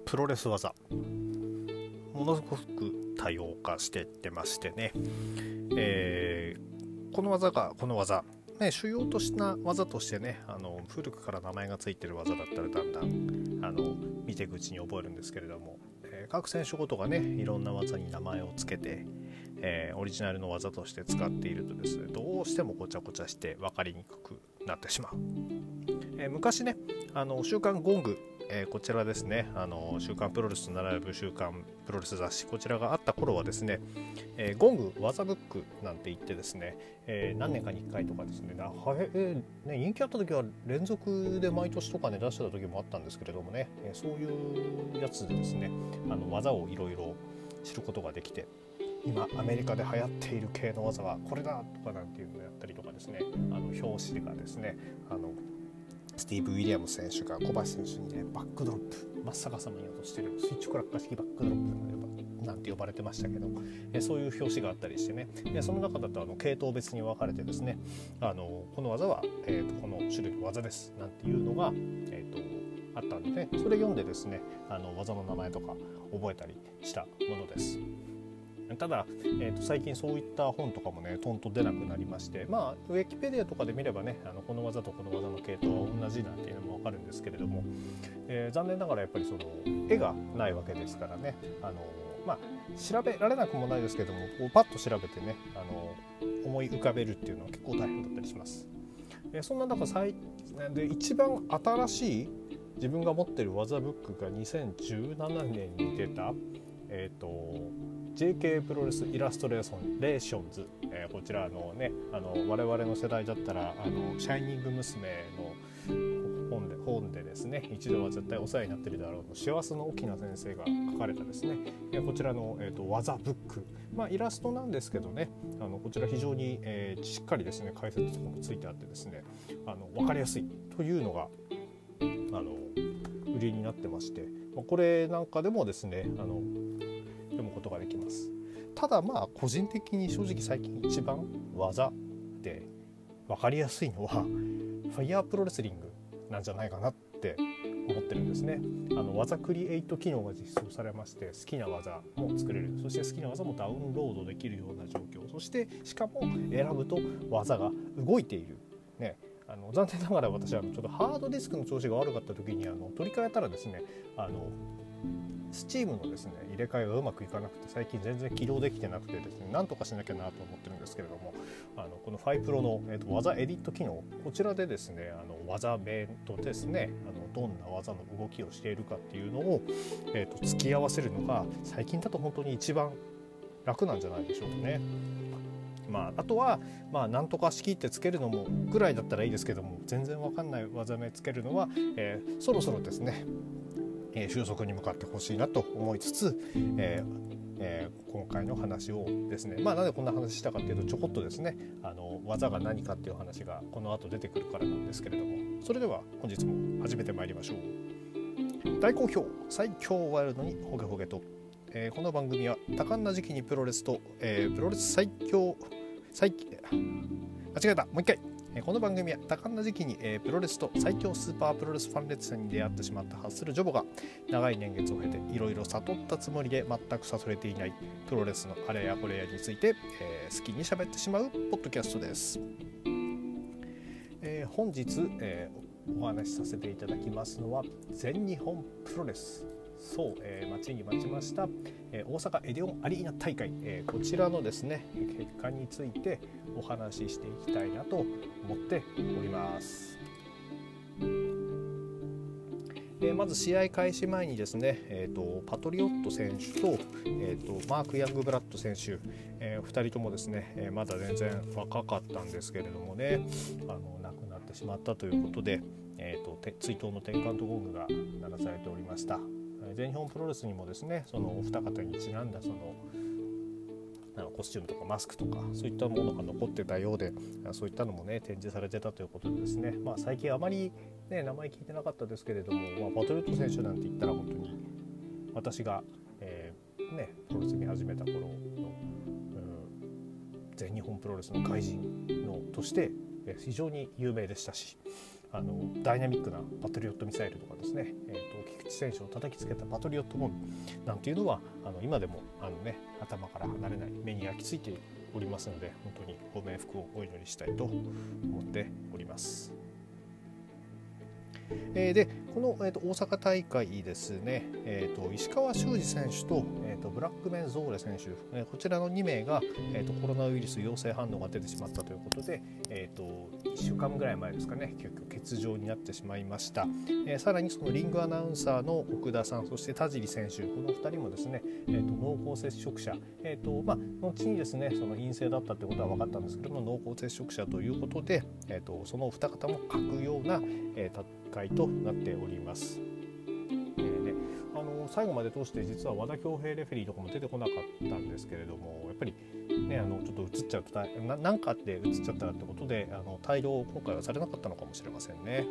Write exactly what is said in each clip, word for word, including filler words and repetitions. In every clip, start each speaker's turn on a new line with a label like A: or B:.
A: プロレス技ものすごく多様化していってましてね、えー、この技がこの技、ね、主要とした技としてね、あの古くから名前がついてる技だったらだんだんあの見ていくうちに覚えるんですけれども、えー、各選手ごとがねいろんな技に名前をつけて、えー、オリジナルの技として使っているとですね、どうしてもごちゃごちゃして分かりにくくなってしまう。えー、昔ね、あの週刊ゴング、えー、こちらですね、あの週刊プロレスと並ぶ週刊プロレス雑誌、こちらがあった頃はですね、えー、ゴング技ブックなんて言ってですね、えー、何年かにいっかいとかですね、なはえー、ね人気あった時は連続で毎年とかね出してた時もあったんですけれどもね、えー、そういうやつでですね、あの技をいろいろ知ることができて、今アメリカで流行っている系の技はこれだとかなんていうのをやったりとかですね、あの表紙がですね、あのスティーブ・ウィリアム選手が小橋選手にねバックドロップ真っ逆さまに落としてるスイッチクラッカー式バックドロップなんて呼ばれてましたけど、えそういう表紙があったりしてね、でその中だとあの系統別に分かれてですね、あのこの技は、えー、とこの種類の技ですなんていうのが、えー、とあったんで、ね、それ読んでですね、あの技の名前とか覚えたりしたものです。ただ、えー、と最近そういった本とかもねとんと出なくなりまして、まあウィキペディアとかで見ればね、あのこの技とこの技の系統は同じなんていうのも分かるんですけれども、えー、残念ながらやっぱりその絵がないわけですからね、あのまあ調べられなくもないですけども、こうパッと調べてね、あの思い浮かべるっていうのは結構大変だったりします。えー、そんな中最で一番新しい自分が持ってる技ブックがにせんじゅうななねんに出た、えっ、ー、とジェーケー プロレスイラストレーションレーションズ、えー、こちらのね、あの我々の世代だったらあのシャイニング娘。の本で本でですね、一度は絶対お世話になっているだろうの幸せの沖縄先生が書かれたですね、えー、こちらの、えー、と技ブック、まあイラストなんですけどね、あのこちら非常に、えー、しっかりですね解説とかもついてあってですね、あの分かりやすいというのがあの売りになってまして、これなんかでもですね、あの読むことができます。ただまあ個人的に正直最近一番技で分かりやすいのはファイヤープロレスリングなんじゃないかなって思ってるんですね。あの技クリエイト機能が実装されまして、好きな技も作れる、そして好きな技もダウンロードできるような状況、そしてしかも選ぶと技が動いているね。あの残念ながら私はちょっとハードディスクの調子が悪かった時にあの取り替えたらですね、あのスチームのですね入れ替えがうまくいかなくて最近全然起動できてなくてですね、なんとかしなきゃなと思ってるんですけれども、あのこのファイプロの、えー、と技エディット機能、こちらでですね、あの技名とですね、あのどんな技の動きをしているかっていうのを、えー、と付き合わせるのが最近だと本当に一番楽なんじゃないでしょうかね。まあ、あとは、まあ、なんとか式ってつけるのもぐらいだったらいいですけども、全然わかんない技名つけるのは、えー、そろそろですね、えー、収束に向かってほしいなと思いつつ、えーえー、今回の話をですね、まあ、なんでこんな話したかっていうと、ちょこっとですね、あの技が何かっていう話がこの後出てくるからなんですけれども、それでは本日も始めてまいりましょう。大好評最強ワイルドにホゲホゲと、えー、この番組は多感な時期にプロレスと、えー、プロレス最強最間違えたもう一回、えー、この番組は多感な時期に、えー、プロレスと最強スーパープロレスファン列戦に出会ってしまったハッスルジョボが長い年月を経ていろいろ悟ったつもりで全く悟れていないプロレスのあれやこれやについて、えー、好きに喋ってしまうポッドキャストです。えー、本日、えー、お話しさせていただきますのは全日本プロレス、そう、えー、待ちに待ちました、えー、大阪エディオンアリーナ大会、えー、こちらのですね結果についてお話ししていきたいなと思っております。えー、まず試合開始前にですね、えー、とパトリオット選手と、えー、とマーク・ヤングブラッド選手、えー、ふたりともですね、えー、まだ全然若かったんですけれどもね、あの亡くなってしまったということで、えー、と追悼のテンカウントゴングが鳴らされておりました。全日本プロレスにもですね、そのお二方にちなんだそのあのコスチュームとかマスクとかそういったものが残ってたようで、そういったのもね展示されてたということでですね、まあ、最近あまり、ね、名前聞いてなかったですけれども、まあ、パトリオット選手なんて言ったら本当に私が、えーね、プロレス見始めた頃の、うん、全日本プロレスの怪人のとして非常に有名でしたし、 あのダイナミックなパトリオットミサイルとかですね、えー、と菊池選手を叩きつけたパトリオットボムなんていうのはあの今でもあの、ね、頭から離れない、目に焼き付いておりますので、本当にご冥福をお祈りしたいと思っております。えー、でこの、えー、と大阪大会ですね、えー、と石川修司選手と、えー、とブラックメンゾーレ選手、えー、こちらのにめいが、えー、とコロナウイルス陽性反応が出てしまったということで、えー、といっしゅうかんぐらい前ですかね、急遽欠場になってしまいました。えー、さらにそのリングアナウンサーの奥田さん、そして田尻選手、このふたりもですね、えー、と濃厚接触者、えーとまあ、後にですねその陰性だったということは分かったんですけども、濃厚接触者ということで、えー、とそのお二方も欠くような、えー、大会となっております。えーね、あの最後まで通して実は和田恭平レフェリーとかも出てこなかったんですけれども、やっぱりね、あのちょっと映っちゃうとななんかあって映っちゃったらってことで、あの帯同今回はされなかったのかもしれませんね。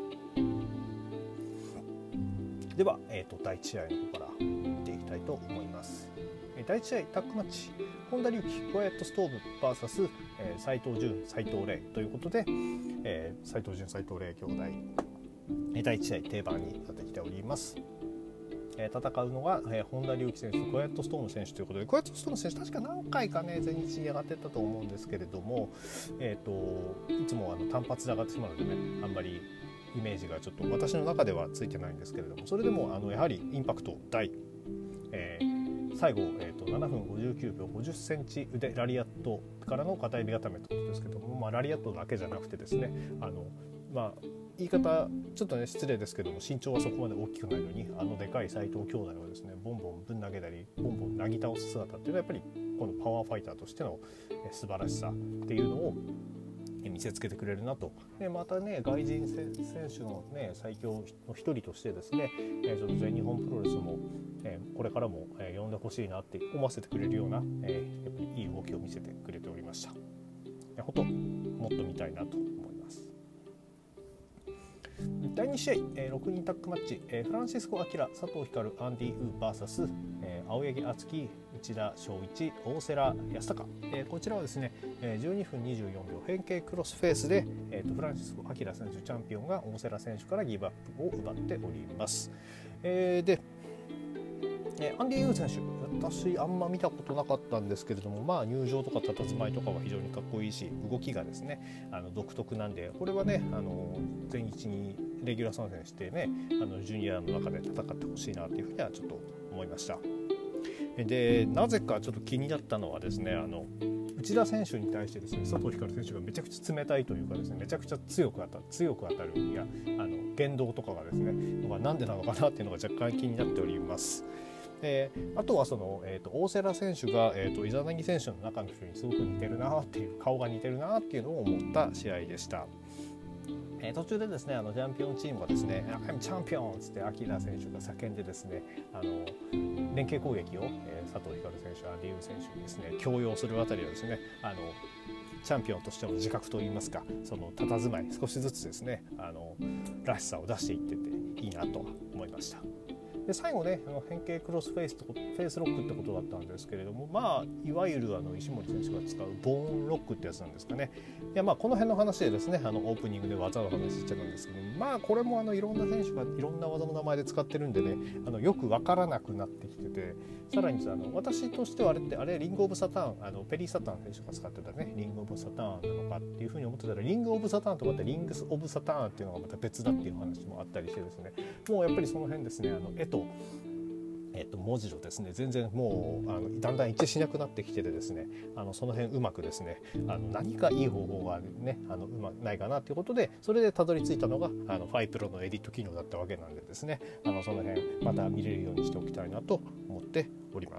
A: では、えーと、だいいち試合の方から見ていきたいと思います。だいいち試合タッグマッチ、本田隆起クワイエットストーム ブイエス 斎藤潤斎藤麗ということで、えー、斎藤潤斎藤麗兄弟だいいち試合定番になってきております。えー、戦うのが、えー、本田隆起選手とクワイエットストーム選手ということで、クワイエットストーム選手確か何回かね前日に上がってったと思うんですけれども、えー、といつもあの単発で上がってしまうのでね、あんまりイメージがちょっと私の中ではついてないんですけれども、それでもあのやはりインパクト大、えー、最後、えー、とななふんごじゅうきゅうびょうごじゅっセンチ腕ラリアットからの片指固めということですけども、まあ、ラリアットだけじゃなくてですね、あのまあ言い方ちょっとね失礼ですけども、身長はそこまで大きくないのに、あのでかい斉藤兄弟をですねボンボンぶん投げたりボンボンなぎ倒す姿っていうのはやっぱりこのパワーファイターとしての素晴らしさっていうのを見せつけてくれるなと。でまたね、外人選手の、ね、最強の一人としてですね、えー、ちょっと全日本プロレスも、えー、これからも、えー、呼んでほしいなって思わせてくれるような、えー、やっぱりいい動きを見せてくれておりました。本当もっと見たいなと思います。だいに試合、えー、ろくにんタッグマッチ、えー、フランシスコ・アキラ、佐藤光、アンディ・ウー ブイエス、えー、青柳敦樹、内田翔一、大瀬良康隆、えー、こちらはですね、えー、じゅうにふんにじゅうよんびょう変形クロスフェイスで、えー、とフランシスコ・アキラ選手チャンピオンが大瀬良選手からギブアップを奪っております。えー、でえー、アンディ・ユー選手、私あんま見たことなかったんですけれども、まあ、入場とか佇まいとかは非常にかっこいいし、動きがですねあの独特なんで、これはねあの全日にレギュラー参戦してね、あのジュニアの中で戦ってほしいなというふうにはちょっと思いました。でなぜかちょっと気になったのはですね、あの内田選手に対してですね佐藤光選手がめちゃくちゃ冷たいというかですね、めちゃくちゃ強く当たる強く当たるいやあの言動とかがですねなんでなのかなっていうのが若干気になっております。えー、あとはその、えー、と大瀬良選手が、えー、とイザナギ選手の中の人にすごく似てるなっていう、顔が似てるなっていうのを思った試合でした。えー、途中でですねあのチャンピオンチームがですね「I'm チャンピオン!」っつってアキラ選手が叫んでですね、あの連携攻撃を、えー、佐藤光選手、アンディ・ユー選手にですね強要するあたりはですね、あのチャンピオンとしての自覚といいますか、その佇まい少しずつですねあのらしさを出していってていいなと思いました。で最後ね、あの変形クロスフェイスとフェイスロックってことだったんですけれども、まあいわゆるあの石森選手が使うボーンロックってやつなんですかね。いやまあこの辺の話でですね、あのオープニングで技の話しちゃうんですけど、まあこれもあのいろんな選手がいろんな技の名前で使ってるんでね、あのよくわからなくなってきてて、さらにあの私としてはあれってあれリングオブサターン、あのペリー・サターン選手が使ってたねリングオブサターンなのかっていうふうに思ってたら、リングオブサターンとかってリングスオブサターンっていうのがまた別だっていう話もあったりしてですね、もうやっぱりその辺ですね、あの絵とえっと、文字とですね全然もうあのだんだん一致しなくなってきててですね、あのその辺うまくですねあの何かいい方法がねあのうまないかなということで、それでたどり着いたのがあのファイプロのエディット機能だったわけなんでですね、あのその辺また見れるようにしておきたいなと思っております。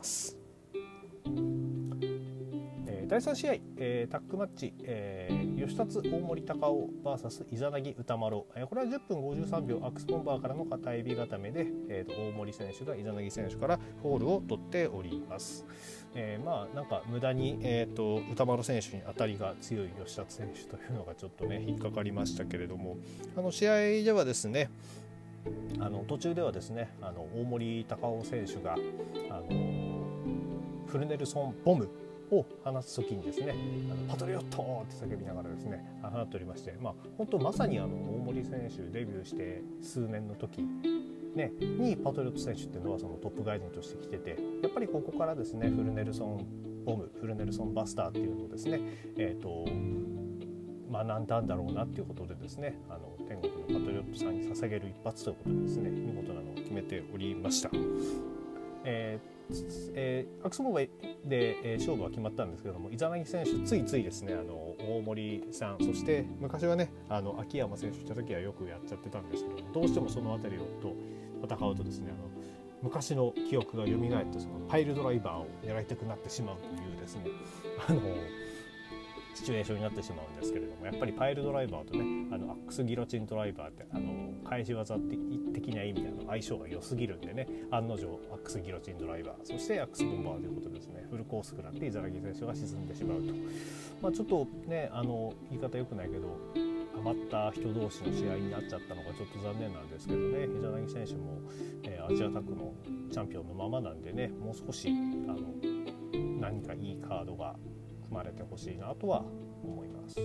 A: だいさん試合、えー、タッグマッチ、えー、吉達大森隆夫 ブイエス イザナギ歌丸、えー、これはじゅっぷんごじゅうさんびょうアクスコンバーからの片指固めで、えー、と大森選手がイザナギ選手からフォールを取っております。えー、まあなんか無駄に、えー、と歌丸選手に当たりが強い吉達選手というのがちょっとね引っかかりましたけれども、あの試合ではですねあの途中ではですねあの大森隆夫選手があのフルネルソンボムを放つ時にですね、あのパトリオットって叫びながらですね放っておりまして、まあ、本当まさにあの大森選手デビューして数年の時、ね、にパトリオット選手っていうのはそのトップ外人として来てて、やっぱりここからですねフルネルソンボムフルネルソンバスターっていうのをですね、えーと学んだんだろうなっていうことでですね、あの天国のパトリオットさんに捧げる一発ということでですね見事なのを決めておりました。えーえー、アクスボーバで、えー、勝負は決まったんですけども、イザナギ選手ついついですねあの大森さん、そして昔はねあの秋山選手いた時はよくやっちゃってたんですけども、どうしてもその辺りと戦うとですねあの昔の記憶が蘇ってそのパイルドライバーを狙いたくなってしまうというですねあのシチュエーションになってしまうんですけれども、やっぱりパイルドライバーとねあのアックスギロチンドライバーってあの返し技的な意味での相性が良すぎるんでね、案の定アックスギロチンドライバー、そしてアックスボンバーということでですねフルコース食らってイザナギ選手が沈んでしまうと、まあ、ちょっとねあの言い方良くないけど余った人同士の試合になっちゃったのがちょっと残念なんですけどね、イザナギ選手も、えー、アジアタックのチャンピオンのままなんでね、もう少しあの何かいいカードが組まれてほしいなとは思います。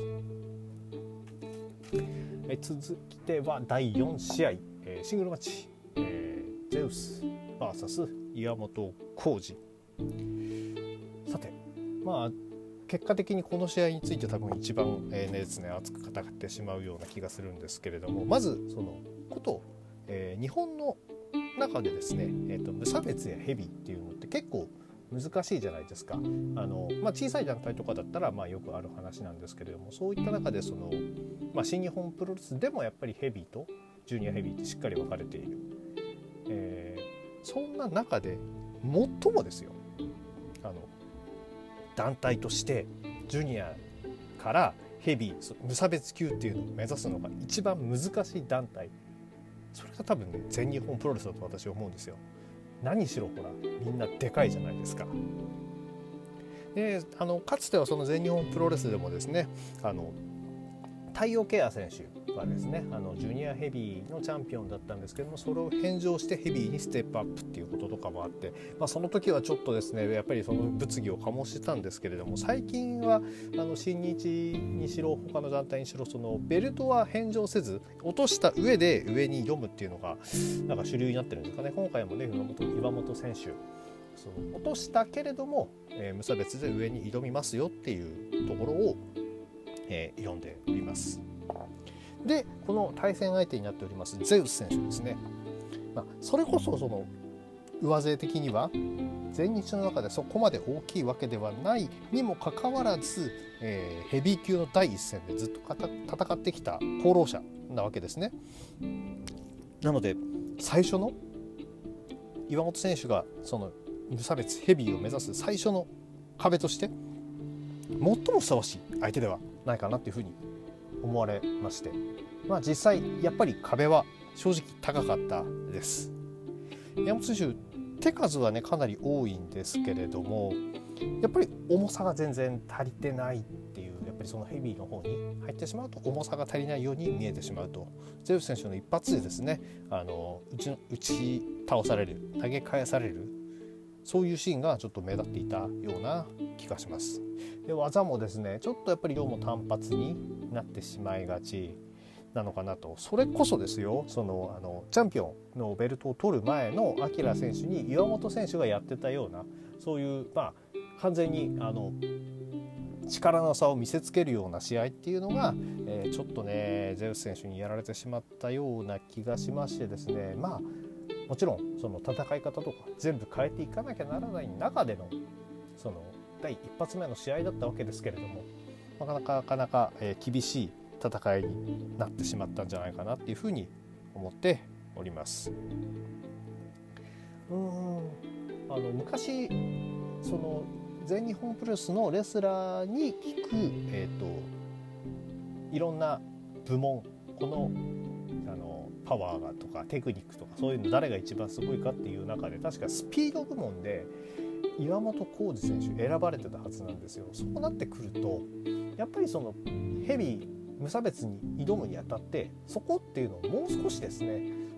A: え続いてはだいよん試合、えー、シングルマッチ、えー、ゼウス ブイエス 岩本浩二。さてまあ結果的にこの試合について多分一番、えー、熱ね熱く語ってしまうような気がするんですけれども、まずそのこと、えー、日本の中でですね、えーと、無差別やヘビーっていうのって結構難しいじゃないですか。あの、まあ、小さい団体とかだったらまあよくある話なんですけれども、そういった中でその、まあ、新日本プロレスでもやっぱりヘビーとジュニアヘビーってしっかり分かれている、えー、そんな中で最もですよあの団体としてジュニアからヘビー無差別級っていうのを目指すのが一番難しい団体、それが多分ね全日本プロレスだと私は思うんですよ。何しろほらみんなでかいじゃないですか。であのかつてはその全日本プロレスでもですねあの太陽ケア選手がですねあのジュニアヘビーのチャンピオンだったんですけども、それを返上してヘビーにステップアップっていうこととかもあって、まあ、その時はちょっとですねやっぱりその物議を醸してたんですけれども、最近はあの新日にしろ他の団体にしろそのベルトは返上せず落とした上で上に挑むっていうのがなんか主流になってるんですかね。今回もね岩本、岩本選手その落としたけれども、えー、無差別で上に挑みますよっていうところをえー、挑んでおります。でこの対戦相手になっておりますゼウス選手ですね、まあ、それこそその上背的には全日の中でそこまで大きいわけではないにもかかわらず、えー、ヘビー級の第一線でずっと戦ってきた功労者なわけですね。なので最初の岩本選手がその無差別ヘビーを目指す最初の壁として最もふさわしい相手ではないかなというふうに思われまして、まあ、実際やっぱり壁は正直高かったです。山本選手手数はねかなり多いんですけれども、やっぱり重さが全然足りてないっていう、やっぱりそのヘビーの方に入ってしまうと重さが足りないように見えてしまうと、ゼウス選手の一発でですねあの打ち、打ち倒される投げ返されるそういうシーンがちょっと目立っていたような気がします。で技もですねちょっとやっぱりどうも単発になってしまいがちなのかなと。それこそですよそのあのチャンピオンのベルトを取る前のアキラ選手に岩本選手がやってたようなそういうまあ完全にあの力の差を見せつけるような試合っていうのが、えー、ちょっとねゼウス選手にやられてしまったような気がしましてですね、まあもちろんその戦い方とか全部変えていかなきゃならない中でのその第一発目の試合だったわけですけれども、なかなかなかなか、えー、厳しい戦いになってしまったんじゃないかなっていうふうに思っております。うーんあの昔その全日本プロレスのレスラーに聞く、えーと、いろんな部門このあのパワーがとかテクニックとかそういうの誰が一番すごいかっていう中で確かスピード部門で岩本浩二選手選ばれてたはずなんですよ。そうなってくるとやっぱりそのヘビー無差別に挑むにあたってそこっていうのをもう少しですねあの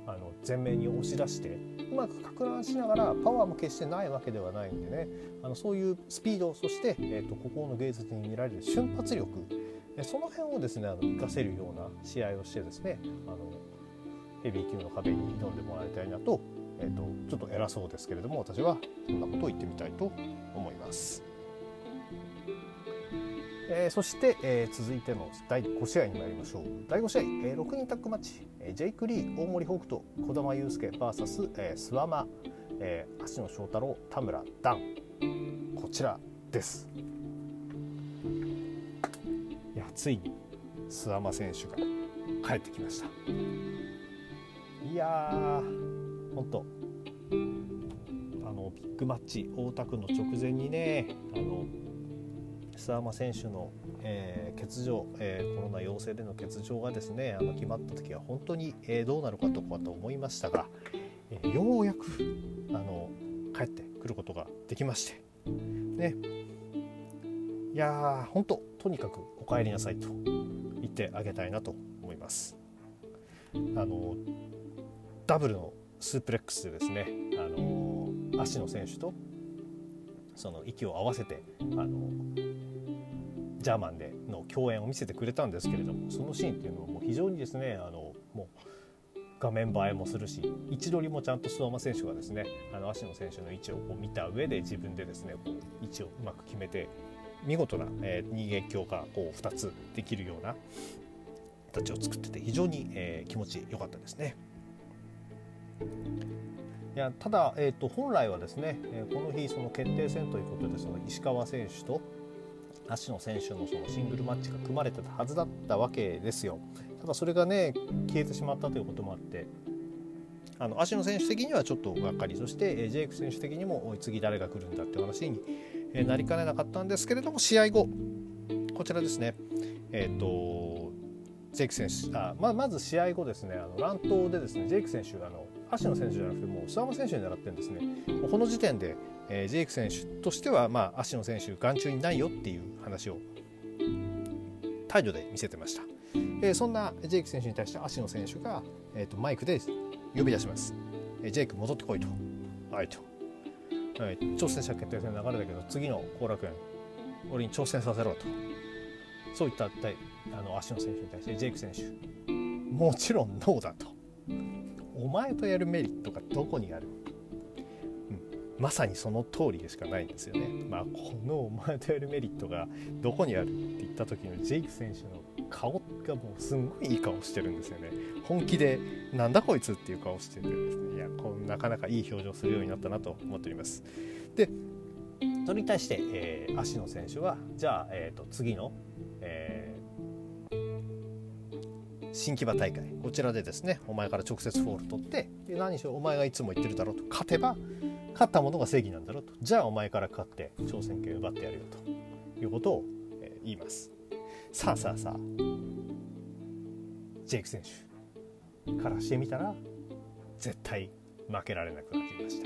A: 前面に押し出してうまくか乱しながらパワーも決してないわけではないんでね、あのそういうスピード、そして、えー、と孤高の芸術に見られる瞬発力、その辺をですねあの活かせるような試合をしてですね、あのヘビー級の壁に挑んでもらいたいなと、えー、とちょっと偉そうですけれども、私はそんなことを言ってみたいと思います。えー、そして、えー、続いてのだいご試合に参りましょう。だいご試合、えー、ろくにんタッグマッチ、えー、ジェイク・リー、大森北斗、児玉悠介 ブイエス、えー、諏訪間、えー、芦野翔太郎、田村段、こちらです。いや、ついに諏訪間選手が帰ってきました。いやー、本当あのビッグマッチ大田区の直前にね、あの諏訪間選手の、えー、欠場、えー、コロナ陽性での欠場がですね、あの決まった時は本当に、えー、どうなるかとかと思いましたが、えー、ようやくあの帰ってくることができましてね、いやー本当とにかくお帰りなさいと言ってあげたいなと思います。あのダブルのスープレックスでですね、あの芦野選手とその息を合わせてあのジャーマンでの共演を見せてくれたんですけれども、そのシーンっていうのはもう非常にですね、あのもう画面映えもするし、位置取りもちゃんと諏訪間選手がですね、あの芦野選手の位置をこう見た上で自分でですねこう位置をうまく決めて、見事な、えー、人間鏡がこうふたつできるような形を作ってて、非常に、えー、気持ち良かったですね。いやただ、えー、と本来はですね、えー、この日その決定戦ということで、その石川選手と芦野選手のそのシングルマッチが組まれてたはずだったわけですよ。ただそれがね消えてしまったということもあって、あの芦野選手的にはちょっとがっかり、そしてジェイク選手的にも次誰が来るんだっていう話になりかねなかったんですけれども、試合後こちらですね、えっ、ー、とジェイク選手あ、まあ、まず試合後ですね、あの乱闘でですねジェイク選手があの芦野選手じゃなくてもう諏訪間選手に狙ってるんですね。この時点で、えー、ジェイク選手としては、まあ、芦野選手眼中にないよっていう話を態度で見せてました。えー、そんなジェイク選手に対して芦野選手が、えー、とマイクで呼び出します。えー、ジェイク戻ってこいと、はいと、はい、挑戦者決定戦の流れだけど次の後楽園俺に挑戦させろと、そういったあの芦野選手に対してジェイク選手もちろんノーだと、お前とやるメリットがどこにある、うん、まさにその通りでしかないんですよね。まあ、このお前とやるメリットがどこにあるって言った時のジェイク選手の顔がもうすんごいいい顔してるんですよね。本気でなんだこいつっていう顔しててですね、いやこうなかなかいい表情するようになったなと思っております。でそれに対して、えー、芦野選手はじゃあ、えー、と次の、えー、新木場大会こちらでですねお前から直接フォール取って、何しろお前がいつも言ってるだろうと、勝てば勝ったものが正義なんだろうと、じゃあお前から勝って挑戦権を奪ってやるよということを、えー、言います。さあさあさあジェイク選手からしてみたら絶対負けられなくなっていました。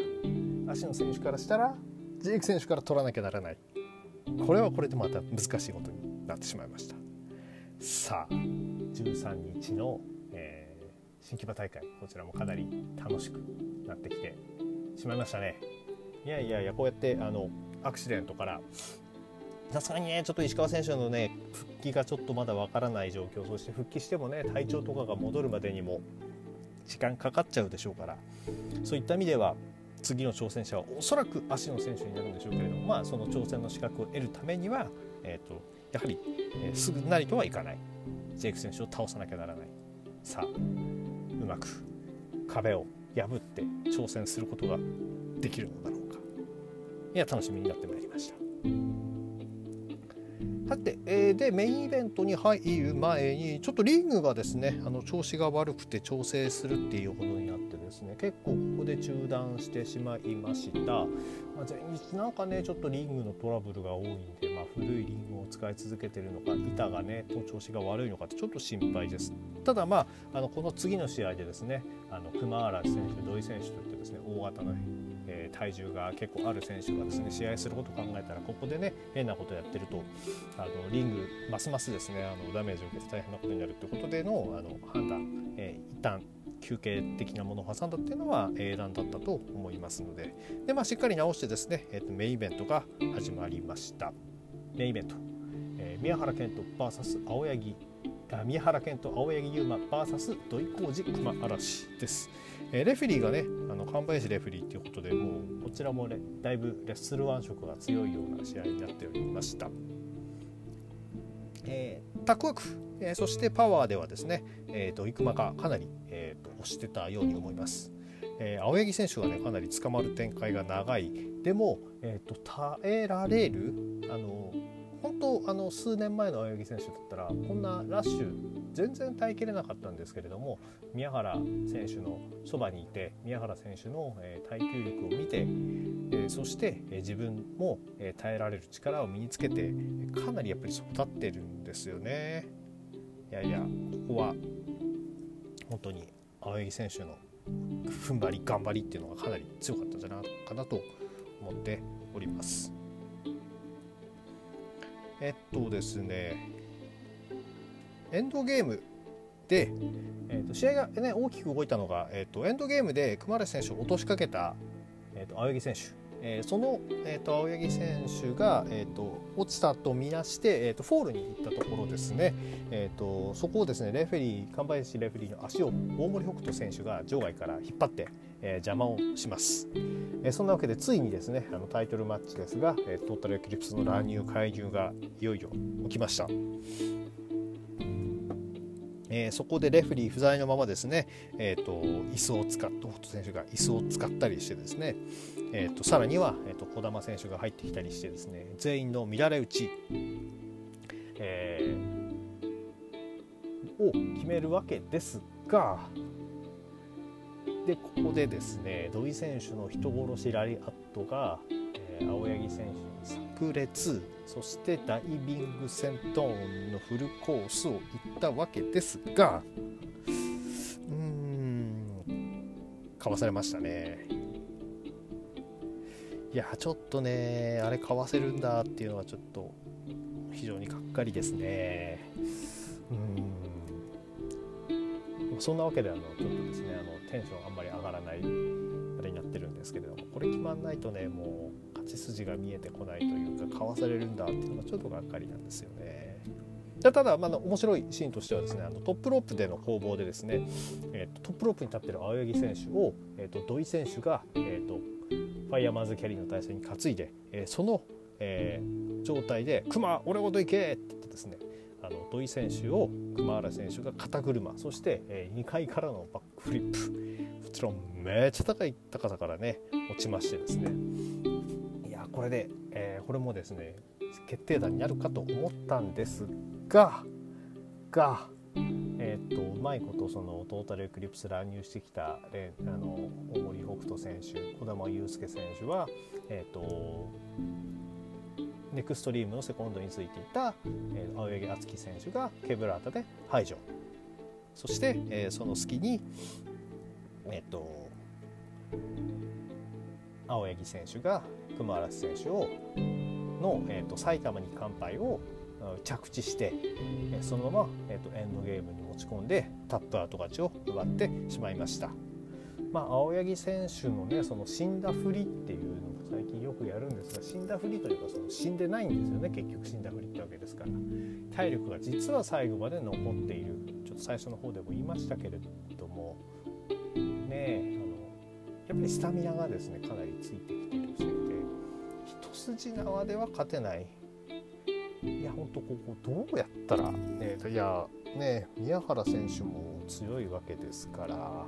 A: 芦野選手からしたらジェイク選手から取らなきゃならない、これはこれでまた難しいことになってしまいました。さあじゅうさんにちの、えー、新木場大会、こちらもかなり楽しくなってきてしまいましたね。いやいやいや、こうやってあのアクシデントからさすがにねちょっと石川選手のね復帰がちょっとまだわからない状況、そして復帰してもね体調とかが戻るまでにも時間かかっちゃうでしょうから、そういった意味では次の挑戦者はおそらく芦野選手になるんでしょうけれども、まあ、その挑戦の資格を得るためには、えーと、やはり、えー、すぐなりとはいかない、ジェイク選手を倒さなきゃならない。さあうまく壁を破って挑戦することができるのだろうか。いや楽しみになってまいりました。さて、えー、でメインイベントに入る前にちょっとリングがですねあの調子が悪くて調整するっていうことになってですね、結構ここで中断してしまいました。まあ、前日なんかねちょっとリングのトラブルが多いんで、まあ、古いリングを使い続けてるのか板がねと調子が悪いのかってちょっと心配です。ただまあ、あのこの次の試合でですねあの熊嵐選手土井選手といってですね大型の、えー、体重が結構ある選手がですね試合することを考えたら、ここでね変なことやってるとあのリングますますですねあのダメージを受けて大変なことになるということでのあの判断、えー、一旦休憩的なものを挟んだっていうのは英断だったと思いますので、で、まあ、しっかり直してですね、えー、とメインイベントが始まりました。メインイベント、えー、宮原健人 ブイエス 青柳あ宮原健人青柳優馬 ブイエス 土井浩二熊嵐です。えー、レフェリーがね、あの神林レフェリーということで、もうこちらも、ね、だいぶレッスルワン色が強いような試合になっておりました。えー、タックワーク、えー、そしてパワーではですね、えー、土井熊がかなり、えー、と押してたように思います。えー、青柳選手がねかなり捕まる展開が長い。でも、えー、と耐えられる、あの本当あの数年前の青柳選手だったらこんなラッシュ全然耐えきれなかったんですけれども、宮原選手のそばにいて宮原選手の、えー、耐久力を見て、えー、そして、えー、自分も、えー、耐えられる力を身につけてかなりやっぱり育ってるんですよね。いやいや、ここは本当に青柳選手の踏ん張り頑張りっていうのがかなり強かったんじゃないかなと思っております。えっとですねエンドゲームで、えー、と試合が、ね、大きく動いたのが、えー、とエンドゲームで熊嵐選手を落としかけた、えー、と青柳選手、えー、その、えー、と青柳選手が、えー、と落ちたと見なして、えー、とフォールに行ったところですね、えー、とそこをですねレフェリー神林レフェリーの足を大森北斗選手が場外から引っ張って、えー、邪魔をします。えー、そんなわけでついにですねあのタイトルマッチですが、えー、トータルエクリプスの乱入介入がいよいよ起きました。えー、そこでレフェリー不在のままですね、えー、と椅子を使って北斗選手が椅子を使ったりしてですね、えー、とさらには、えー、と児玉選手が入ってきたりしてですね、全員の乱れ打ち、えー、を決めるわけですが、でここでですね土井選手の人殺しラリアットが、えー、青柳選手に炸裂、そしてダイビングセントーンのフルコースを行ったわけですが、うーんかわされましたね。いやちょっとねあれかわせるんだっていうのはちょっと非常にがっかりですね。うーんそんなわけであのちょっとですねあのテンションあんまり上がらないあれになってるんですけれども、これ決まんないとねもう勝ち筋が見えてこないというか、かわされるんだっていうのがちょっとがっかりなんですよね。ただ、まあ、面白いシーンとしてはですねあのトップロープでの攻防でですね、えー、とトップロープに立っている青柳選手を、えー、と土井選手が、えー、とファイヤーマンズキャリーの体勢に担いで、えー、その、えー、状態で熊俺ごと行けって言ってですねあの土井選手を熊原選手が肩車、そして、えー、にかいからのバックフリップ、もちろんめっちゃ高い高さからね落ちましてですね、いやこれで、えー、これもですね決定打になるかと思ったんですがが、えー、とうまいことそのトータルエクリプス乱入してきたあの大森北斗選手、児玉悠介選手は、えー、とネクストリームのセコンドについていた、えー、青柳敦樹選手がケブラータで排除、そして、えー、その隙に、えー、と青柳選手が熊嵐選手をの、えー、と埼玉に乾杯を着地して、えー、そのまま、えー、とエンドゲームに持ち込んでタップアウト勝ちを奪ってしまいました。まあ、青柳選手のねその死んだふりっていうのも最近よくやるんですが、死んだふりというかその死んでないんですよね、結局死んだふりってわけですから、体力が実は最後まで残っている、ちょっと最初の方でも言いましたけれどもねえ、あのやっぱりスタミナがですねかなりついてきているせいで一筋縄では勝てない。いや本当ここどうやったらね、いやね宮原選手も強いわけですから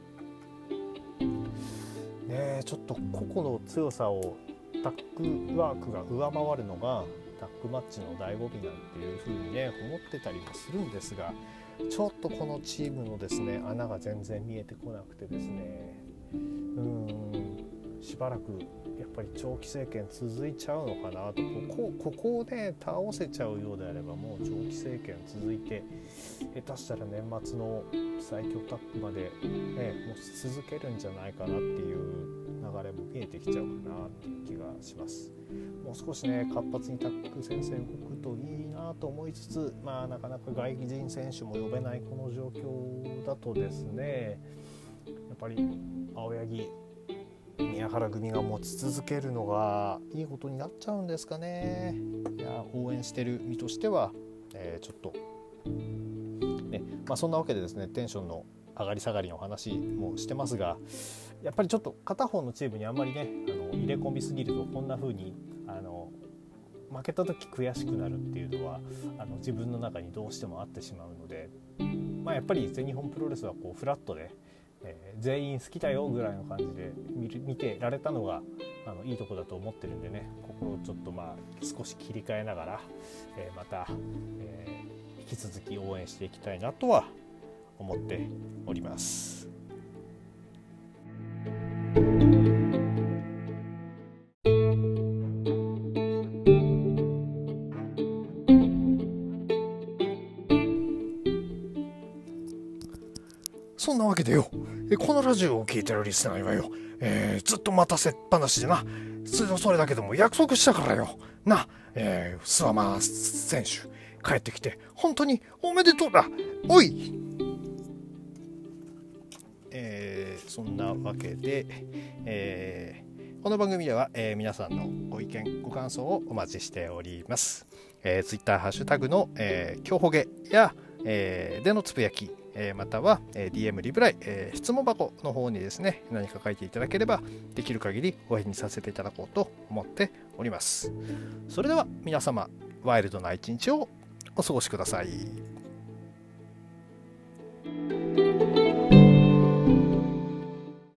A: ね、ちょっと個々の強さをタッグワークが上回るのがタッグマッチの醍醐味なんていう風にね思ってたりもするんですが、ちょっとこのチームのですね穴が全然見えてこなくてですね、うーんしばらくやっぱり長期政権続いちゃうのかなと、ここここをね倒せちゃうようであればもう長期政権続いて下手したら年末の最強タッグまで、ね、もう続けるんじゃないかなっていう、 れも見えてきちゃうかなっていう気がします。もう少しね活発にタック戦線動くといいなと思いつつ、まあなかなか外人選手も呼べないこの状況だとですね、やっぱり青柳宮原組が持ち続けるのがいいことになっちゃうんですかね。いや応援してる身としては、えー、ちょっとね、まあそんなわけでですね、テンションの上がり下がりの話もしてますが、やっぱりちょっと片方のチームにあんまりねあの入れ込みすぎるとこんな風にあの負けた時悔しくなるっていうのはあの自分の中にどうしてもあってしまうので、まあ、やっぱり全日本プロレスはこうフラットで、えー、全員好きだよぐらいの感じで 見る見てられたのがあのいいとこだと思ってるんでね、ここをちょっとまあ少し切り替えながら、えー、また、えー、引き続き応援していきたいなとは思っております。そんなわけでよ、このラジオを聞いてるリスナーにはよ、えー、ずっと待たせっぱなしでな、それだけでも約束したからよな、えー、諏訪間選手帰ってきて本当におめでとうだおい。えー、そんなわけで、えー、この番組では、えー、皆さんのご意見ご感想をお待ちしております。えー、ツイッターハッシュタグの、えー、今日ほげや、えー、でのつぶやき、えー、または、えー、ディーエム リプライ、えー、質問箱の方にですね何か書いていただければできる限りお返事させていただこうと思っております。それでは皆様ワイルドな一日をお過ごしください。